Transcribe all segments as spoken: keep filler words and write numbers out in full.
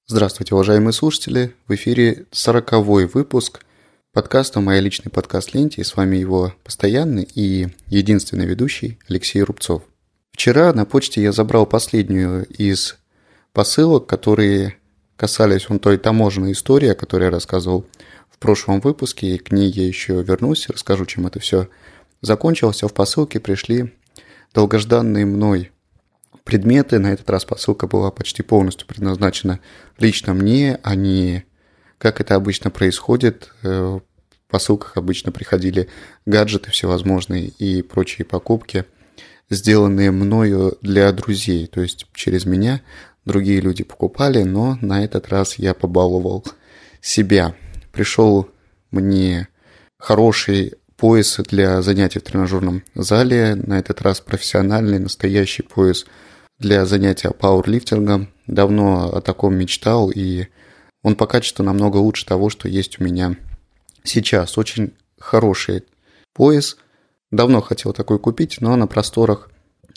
Здравствуйте, уважаемые слушатели! В эфире сороковой выпуск подкаста «Моя личный подкаст ленте», и с вами его постоянный и единственный ведущий Алексей Рубцов. Вчера на почте я забрал последнюю из посылок, которые касались вон той таможенной истории, о которой я рассказывал в прошлом выпуске, и к ней я еще вернусь, расскажу, чем это все закончилось, а в посылке пришли долгожданные мной предметы. На этот раз посылка была почти полностью предназначена лично мне, а не, как это обычно происходит, в посылках обычно приходили гаджеты всевозможные и прочие покупки, сделанные мною для друзей, то есть через меня другие люди покупали, но на этот раз я побаловал себя. Пришел мне хороший пояс для занятий в тренажерном зале, на этот раз профессиональный, настоящий пояс для занятия пауэрлифтингом. Давно о таком мечтал, и он по качеству намного лучше того, что есть у меня сейчас. Очень хороший пояс. Давно хотел такой купить, но на просторах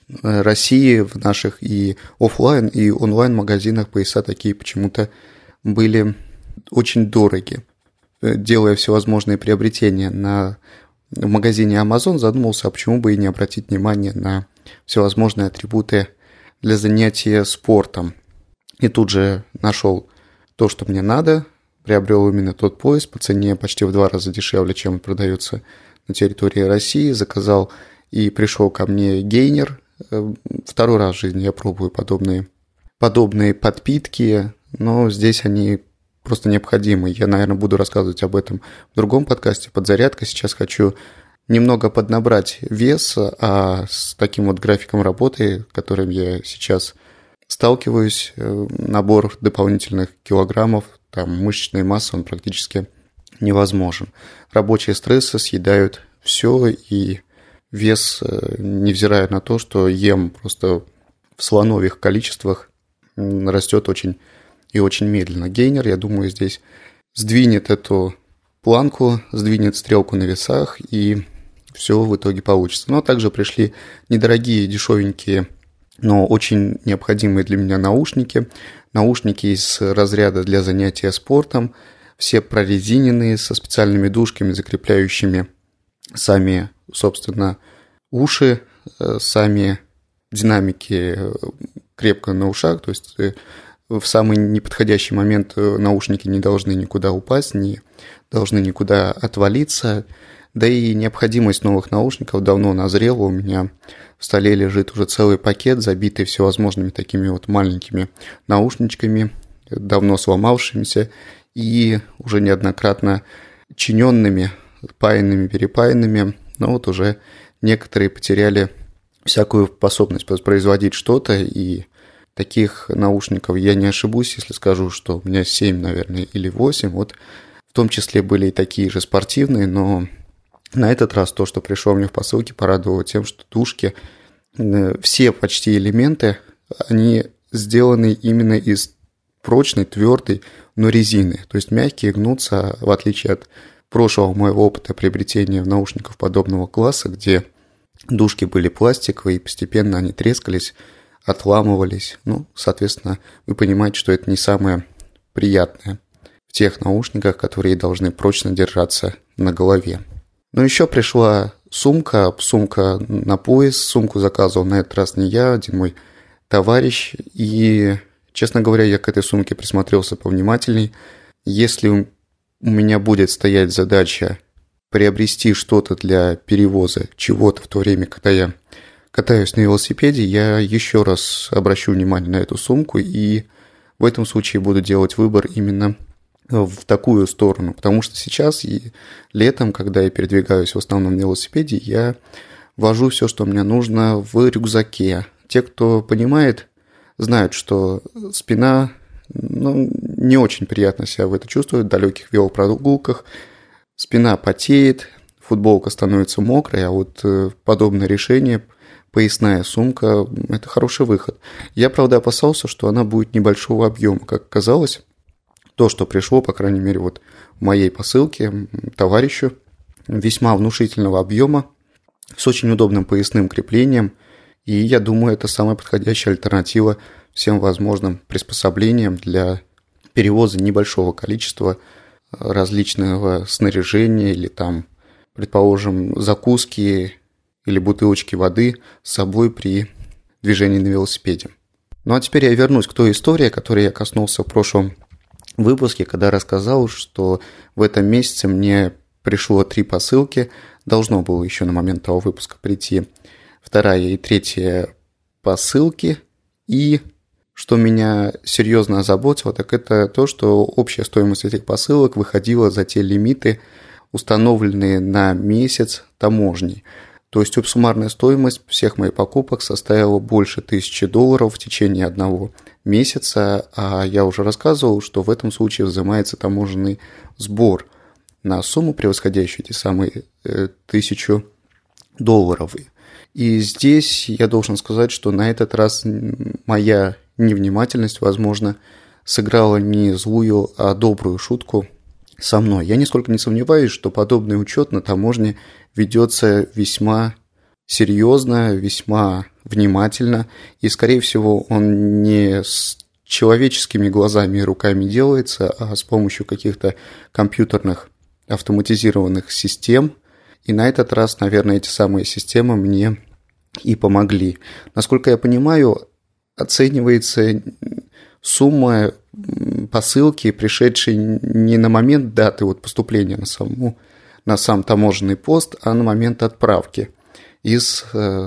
России в наших и офлайн, и онлайн магазинах пояса такие почему-то были очень дороги. Делая всевозможные приобретения на, в магазине Amazon, задумался, а почему бы и не обратить внимание на всевозможные атрибуты для занятия спортом. И тут же нашел то, что мне надо, приобрел именно тот пояс по цене почти в два раза дешевле, чем продается на территории России. Заказал, и пришел ко мне гейнер. Второй раз в жизни я пробую подобные, подобные подпитки, но здесь они просто необходимы. Я, наверное, буду рассказывать об этом в другом подкасте «Подзарядка». Сейчас хочу немного поднабрать вес, а с таким вот графиком работы, которым я сейчас сталкиваюсь, набор дополнительных килограммов, там, мышечной массы, он практически невозможен. Рабочие стрессы съедают все, и вес, невзирая на то, что ем просто в слоновьих количествах, растет очень и очень медленно. Гейнер, я думаю, здесь сдвинет эту планку, сдвинет стрелку на весах, и все в итоге получится. Но также пришли недорогие, дешевенькие, но очень необходимые для меня наушники. Наушники из разряда для занятия спортом, все прорезиненные, со специальными дужками, закрепляющими сами, собственно, уши, сами динамики крепко на ушах, то есть в самый неподходящий момент наушники не должны никуда упасть, не должны никуда отвалиться. Да и необходимость новых наушников давно назрела. У меня в столе лежит уже целый пакет, забитый всевозможными такими вот маленькими наушничками, давно сломавшимися и уже неоднократно чиненными, паянными, перепаянными. Но вот уже некоторые потеряли всякую способность воспроизводить что-то, и таких наушников я не ошибусь, если скажу, что у меня семь, наверное, или восемь. Вот в том числе были и такие же спортивные, но на этот раз то, что пришло мне в посылке, порадовало тем, что дужки, все почти элементы, они сделаны именно из прочной, твердой, но резины. То есть мягкие, гнутся, в отличие от прошлого моего опыта приобретения наушников подобного класса, где дужки были пластиковые, и постепенно они трескались, отламывались. Ну, соответственно, вы понимаете, что это не самое приятное в тех наушниках, которые должны прочно держаться на голове. Но еще пришла сумка, сумка на пояс. Сумку заказывал на этот раз не я, один мой товарищ. И, честно говоря, я к этой сумке присмотрелся повнимательней. Если у меня будет стоять задача приобрести что-то для перевоза чего-то в то время, когда я катаюсь на велосипеде, я еще раз обращу внимание на эту сумку, и в этом случае буду делать выбор именно в такую сторону, потому что сейчас и летом, когда я передвигаюсь в основном на велосипеде, я вожу все, что мне нужно, в рюкзаке. Те, кто понимает, знают, что спина, ну, не очень приятно себя в это чувствует в далеких велопрогулках, спина потеет, футболка становится мокрой, а вот подобное решение, поясная сумка, это хороший выход. Я, правда, опасался, что она будет небольшого объема, как оказалось. То, что пришло, по крайней мере, вот в моей посылке товарищу, весьма внушительного объема, с очень удобным поясным креплением, и я думаю, это самая подходящая альтернатива всем возможным приспособлениям для перевоза небольшого количества различного снаряжения или там, предположим, закуски или бутылочки воды с собой при движении на велосипеде. Ну а теперь я вернусь к той истории, которой я коснулся в прошлом выпуске, когда рассказал, что в этом месяце мне пришло три посылки, должно было еще на момент того выпуска прийти вторая и третья посылки, и что меня серьезно озаботило, так это то, что общая стоимость этих посылок выходила за те лимиты, установленные на месяц таможней. То есть суммарная стоимость всех моих покупок составила больше тысячи долларов в течение одного месяца, а я уже рассказывал, что в этом случае взимается таможенный сбор на сумму, превосходящую эти самые э, тысячу долларов. И здесь я должен сказать, что на этот раз моя невнимательность, возможно, сыграла не злую, а добрую шутку со мной. Я нисколько не сомневаюсь, что подобный учет на таможне ведется весьма серьезно, весьма внимательно, и, скорее всего, он не с человеческими глазами и руками делается, а с помощью каких-то компьютерных автоматизированных систем. И на этот раз, наверное, эти самые системы мне и помогли. Насколько я понимаю, оценивается сумма посылки, пришедшей не на момент даты вот поступления на, саму, на сам таможенный пост, а на момент отправки из,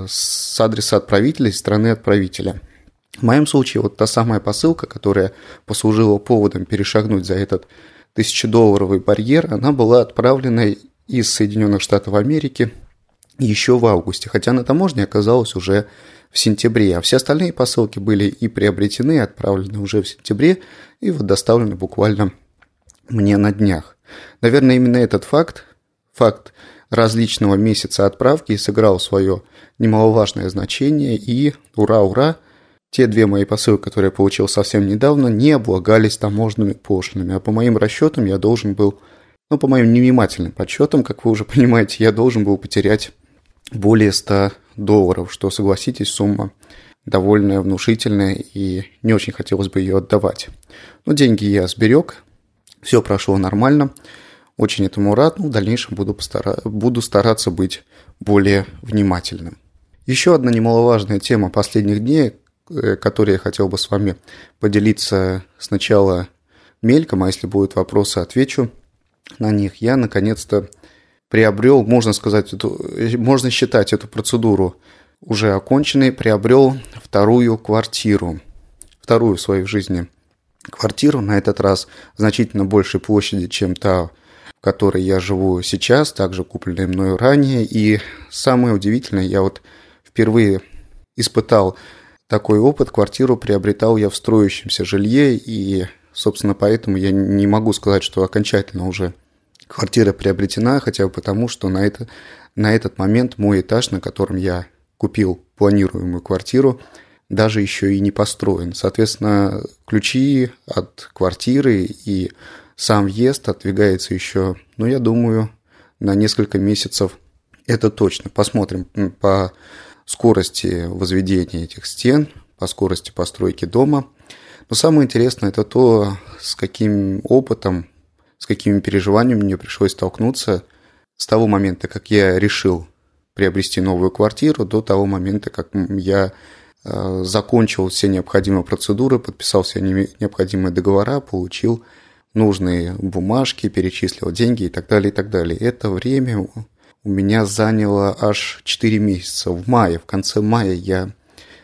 с адреса отправителя, из страны отправителя. В моем случае вот та самая посылка, которая послужила поводом перешагнуть за этот тысячедолларовый барьер, она была отправлена из Соединенных Штатов Америки еще в августе, хотя на таможне оказалась уже в сентябре, а все остальные посылки были и приобретены, и отправлены уже в сентябре, и вот доставлены буквально мне на днях. Наверное, именно этот факт, факт различного месяца отправки сыграл свое немаловажное значение, и ура-ура, те две мои посылки, которые я получил совсем недавно, не облагались таможенными пошлинами, а по моим расчетам я должен был, ну, по моим невнимательным подсчетам, как вы уже понимаете, я должен был потерять более ста долларов, что, согласитесь, сумма довольно внушительная, и не очень хотелось бы ее отдавать. Но деньги я сберег, все прошло нормально, очень этому рад, но в дальнейшем буду, постара... буду стараться быть более внимательным. Еще одна немаловажная тема последних дней, которой я хотел бы с вами поделиться сначала мельком, а если будут вопросы, отвечу на них. Я наконец-то приобрел, можно сказать, эту, можно считать эту процедуру уже оконченной, приобрел вторую квартиру, вторую в своей жизни квартиру, на этот раз значительно большей площади, чем та, в которой я живу сейчас, также купленная мною ранее. И самое удивительное, я вот впервые испытал такой опыт, квартиру приобретал я в строящемся жилье, и, собственно, поэтому я не могу сказать, что окончательно уже квартира приобретена, хотя бы потому, что на, это, на этот момент мой этаж, на котором я купил планируемую квартиру, даже еще и не построен. Соответственно, ключи от квартиры и сам въезд отодвигается еще, ну, я думаю, на несколько месяцев. Это точно. Посмотрим по скорости возведения этих стен, по скорости постройки дома. Но самое интересное это то, с каким опытом, с какими переживаниями мне пришлось столкнуться с того момента, как я решил приобрести новую квартиру, до того момента, как я э, закончил все необходимые процедуры, подписал все необходимые договора, получил нужные бумажки, перечислил деньги и так далее, и так далее. Это время у меня заняло аж четыре месяца. В мае, в конце мая я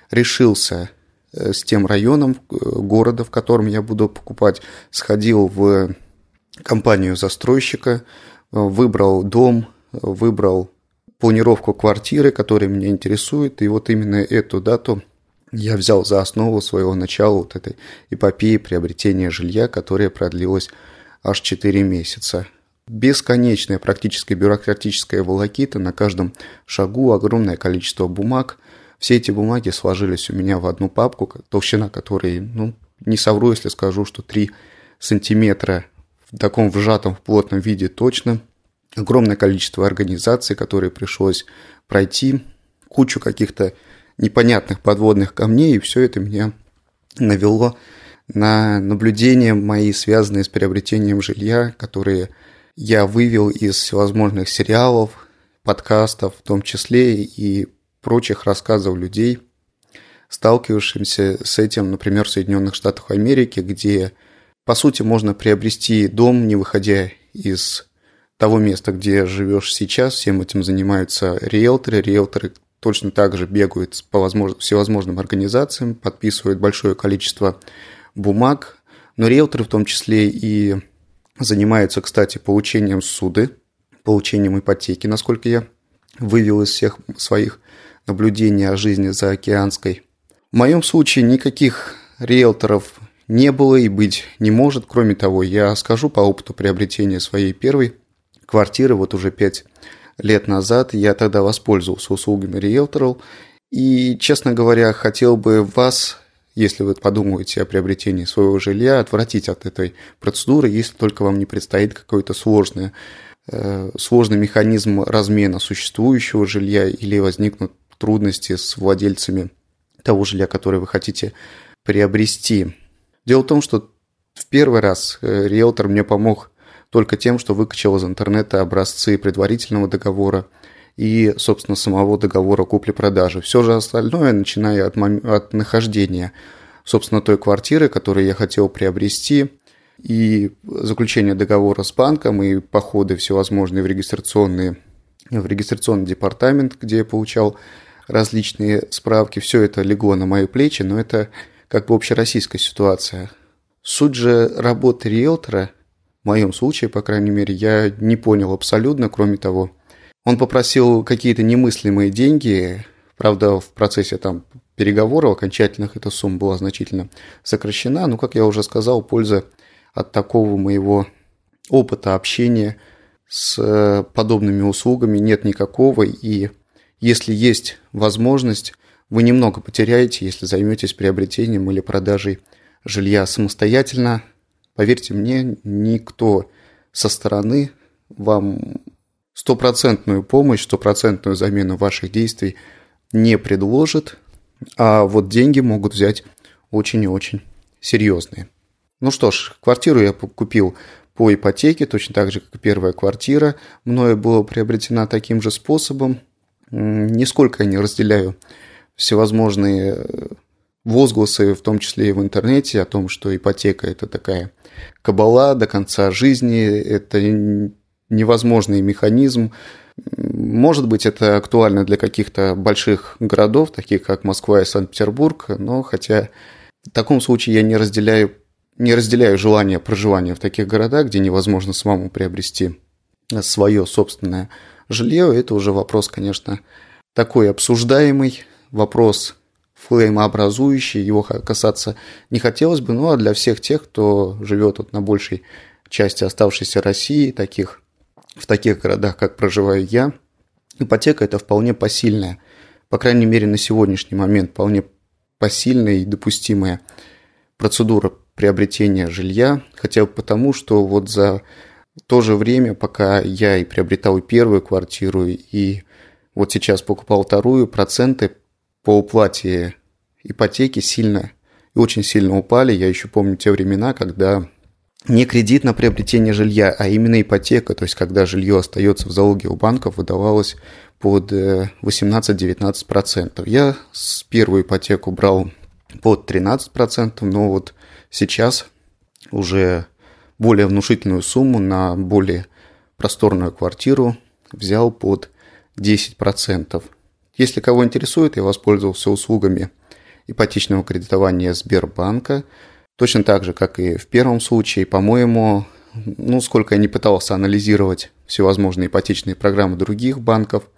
решился с тем районом города, в котором я буду покупать, сходил в компанию застройщика, выбрал дом, выбрал планировку квартиры, которая меня интересует, и вот именно эту дату я взял за основу своего начала вот этой эпопеи приобретения жилья, которая продлилась аж четыре месяца. Бесконечная практически бюрократическая волокита, на каждом шагу огромное количество бумаг. Все эти бумаги сложились у меня в одну папку, толщина которой, ну, не совру, если скажу, что три сантиметра в таком вжатом, в плотном виде точно. Огромное количество организаций, которые пришлось пройти, кучу каких-то непонятных подводных камней, и все это меня навело на наблюдения мои, связанные с приобретением жилья, которые я вывел из всевозможных сериалов, подкастов, в том числе и прочих рассказов людей, сталкивавшимся с этим, например, в Соединенных Штатах Америки, где, по сути, можно приобрести дом, не выходя из того места, где живешь сейчас. Всем этим занимаются риэлторы. Риэлторы точно так же бегают по возможным, всевозможным организациям, подписывают большое количество бумаг. Но риэлторы в том числе и занимаются, кстати, получением ссуды, получением ипотеки, насколько я вывел из всех своих наблюдений о жизни заокеанской. В моем случае никаких риэлторов не было и быть не может. Кроме того, я скажу по опыту приобретения своей первой квартиры, вот уже пять лет назад, я тогда воспользовался услугами риэлторов. И, честно говоря, хотел бы вас, если вы подумаете о приобретении своего жилья, отвратить от этой процедуры, если только вам не предстоит какой-то сложный, э, сложный механизм размена существующего жилья или возникнут трудности с владельцами того жилья, которое вы хотите приобрести. Дело в том, что в первый раз риэлтор мне помог только тем, что выкачал из интернета образцы предварительного договора и, собственно, самого договора купли-продажи. Все же остальное, начиная от, мом... от нахождения, собственно, той квартиры, которую я хотел приобрести, и заключение договора с банком, и походы всевозможные в регистрационные, в регистрационный департамент, где я получал различные справки, все это легло на мои плечи, но это как бы общероссийская ситуация. Суть же работы риэлтора, в моем случае, по крайней мере, я не понял абсолютно. Кроме того, он попросил какие-то немыслимые деньги, правда, в процессе там переговоров окончательных эта сумма была значительно сокращена, но, как я уже сказал, польза от такого моего опыта общения с подобными услугами нет никакого, и если есть возможность, вы немного потеряете, если займетесь приобретением или продажей жилья самостоятельно. Поверьте мне, никто со стороны вам стопроцентную помощь, стопроцентную замену ваших действий не предложит, а вот деньги могут взять очень и очень серьезные. Ну что ж, квартиру я купил по ипотеке, точно так же, как и первая квартира. Мною была приобретена таким же способом. Нисколько я не разделяю всевозможные возгласы, в том числе и в интернете, о том, что ипотека – это такая кабала до конца жизни, это невозможный механизм. Может быть, это актуально для каких-то больших городов, таких как Москва и Санкт-Петербург, но хотя в таком случае я не разделяю, не разделяю желание проживания в таких городах, где невозможно самому приобрести свое собственное жилье. Это уже вопрос, конечно, такой обсуждаемый, вопрос флеймообразующий, его касаться не хотелось бы, ну а для всех тех, кто живет вот на большей части оставшейся России, таких, в таких городах, как проживаю я, ипотека – это вполне посильная, по крайней мере на сегодняшний момент, вполне посильная и допустимая процедура приобретения жилья, хотя бы потому, что вот за то же время, пока я и приобретал и первую квартиру, и вот сейчас покупал вторую, проценты по уплате ипотеки сильно и очень сильно упали. Я еще помню те времена, когда не кредит на приобретение жилья, а именно ипотека, то есть когда жилье остается в залоге у банков, выдавалось под восемнадцать-девятнадцать процентов. Я с первую ипотеку брал под тринадцать процентов, но вот сейчас уже более внушительную сумму на более просторную квартиру взял под десять процентов. Если кого интересует, я воспользовался услугами ипотечного кредитования Сбербанка. Точно так же, как и в первом случае, по-моему, ну, сколько я не пытался анализировать всевозможные ипотечные программы других банков,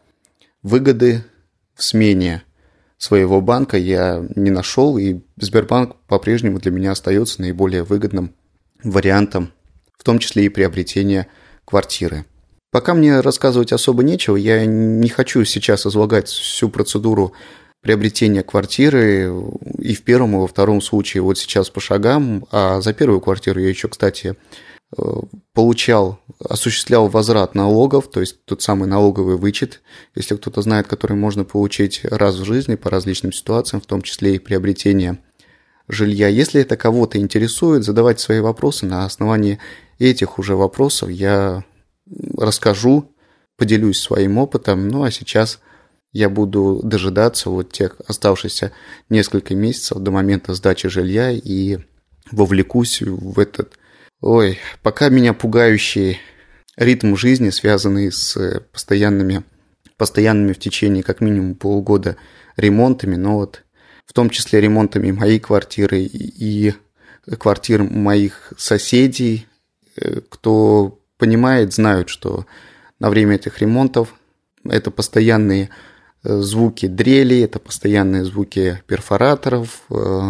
выгоды в смене своего банка я не нашел, и Сбербанк по-прежнему для меня остается наиболее выгодным вариантом, в том числе и приобретения квартиры. Пока мне рассказывать особо нечего, я не хочу сейчас излагать всю процедуру приобретения квартиры и в первом, и во втором случае вот сейчас по шагам, а за первую квартиру я еще, кстати, получал, осуществлял возврат налогов, то есть тот самый налоговый вычет, если кто-то знает, который можно получить раз в жизни по различным ситуациям, в том числе и приобретение жилья. Если это кого-то интересует, задавайте свои вопросы. На основании этих уже вопросов я расскажу, поделюсь своим опытом. Ну а сейчас я буду дожидаться вот тех оставшихся несколько месяцев до момента сдачи жилья и вовлекусь в этот, ой, пока меня пугающий ритм жизни, связанный с постоянными, постоянными в течение как минимум полугода ремонтами, но вот в том числе ремонтами моей квартиры и квартир моих соседей. Кто понимает, знают, что на время этих ремонтов это постоянные звуки дрели, это постоянные звуки перфораторов.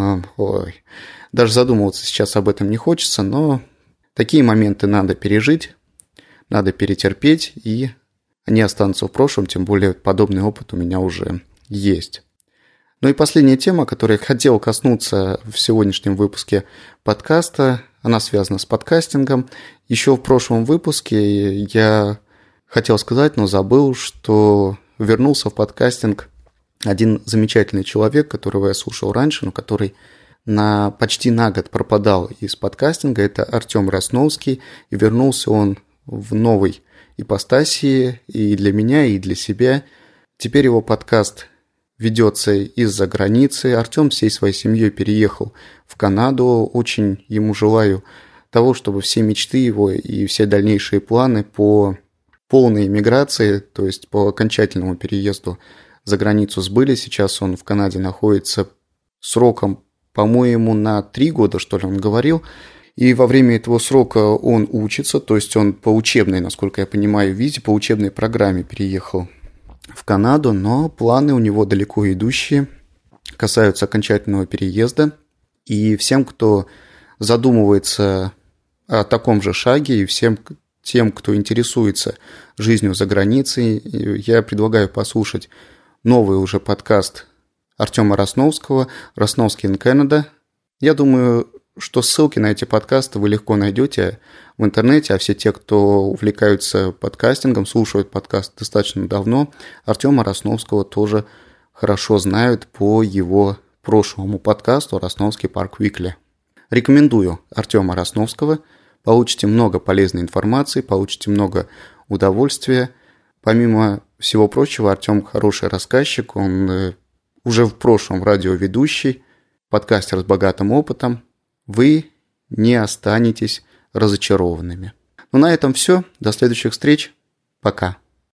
Ой, даже задумываться сейчас об этом не хочется, но такие моменты надо пережить, надо перетерпеть, и они останутся в прошлом, тем более подобный опыт у меня уже есть. Ну и последняя тема, которой я хотел коснуться в сегодняшнем выпуске подкаста, она связана с подкастингом. Еще в прошлом выпуске я хотел сказать, но забыл, что вернулся в подкастинг один замечательный человек, которого я слушал раньше, но который на, почти на год пропадал из подкастинга. Это Артем Росновский, и вернулся он в новой ипостаси и для меня, и для себя. Теперь его подкаст ведется из-за границы. Артем всей своей семьей переехал в Канаду. Очень ему желаю того, чтобы все мечты его и все дальнейшие планы по полной эмиграции, то есть по окончательному переезду за границу сбылись. Сейчас он в Канаде находится сроком, по-моему, на три года, что ли, он говорил. И во время этого срока он учится, то есть он по учебной, насколько я понимаю, визе, по учебной программе переехал в Канаду, но планы у него далеко идущие, касаются окончательного переезда. И всем, кто задумывается о таком же шаге, и всем тем, кто интересуется жизнью за границей, я предлагаю послушать новый уже подкаст Артема Росновского «Росновский in Canada». Я думаю, что ссылки на эти подкасты вы легко найдете в интернете, а все те, кто увлекаются подкастингом, слушают подкаст достаточно давно, Артема Росновского тоже хорошо знают по его прошлому подкасту «Росновский Парк Уикли». Рекомендую Артема Росновского, получите много полезной информации, получите много удовольствия. Помимо всего прочего, Артем хороший рассказчик, он уже в прошлом радиоведущий, подкастер с богатым опытом. Вы не останетесь разочарованными. Ну, на этом все. До следующих встреч. Пока.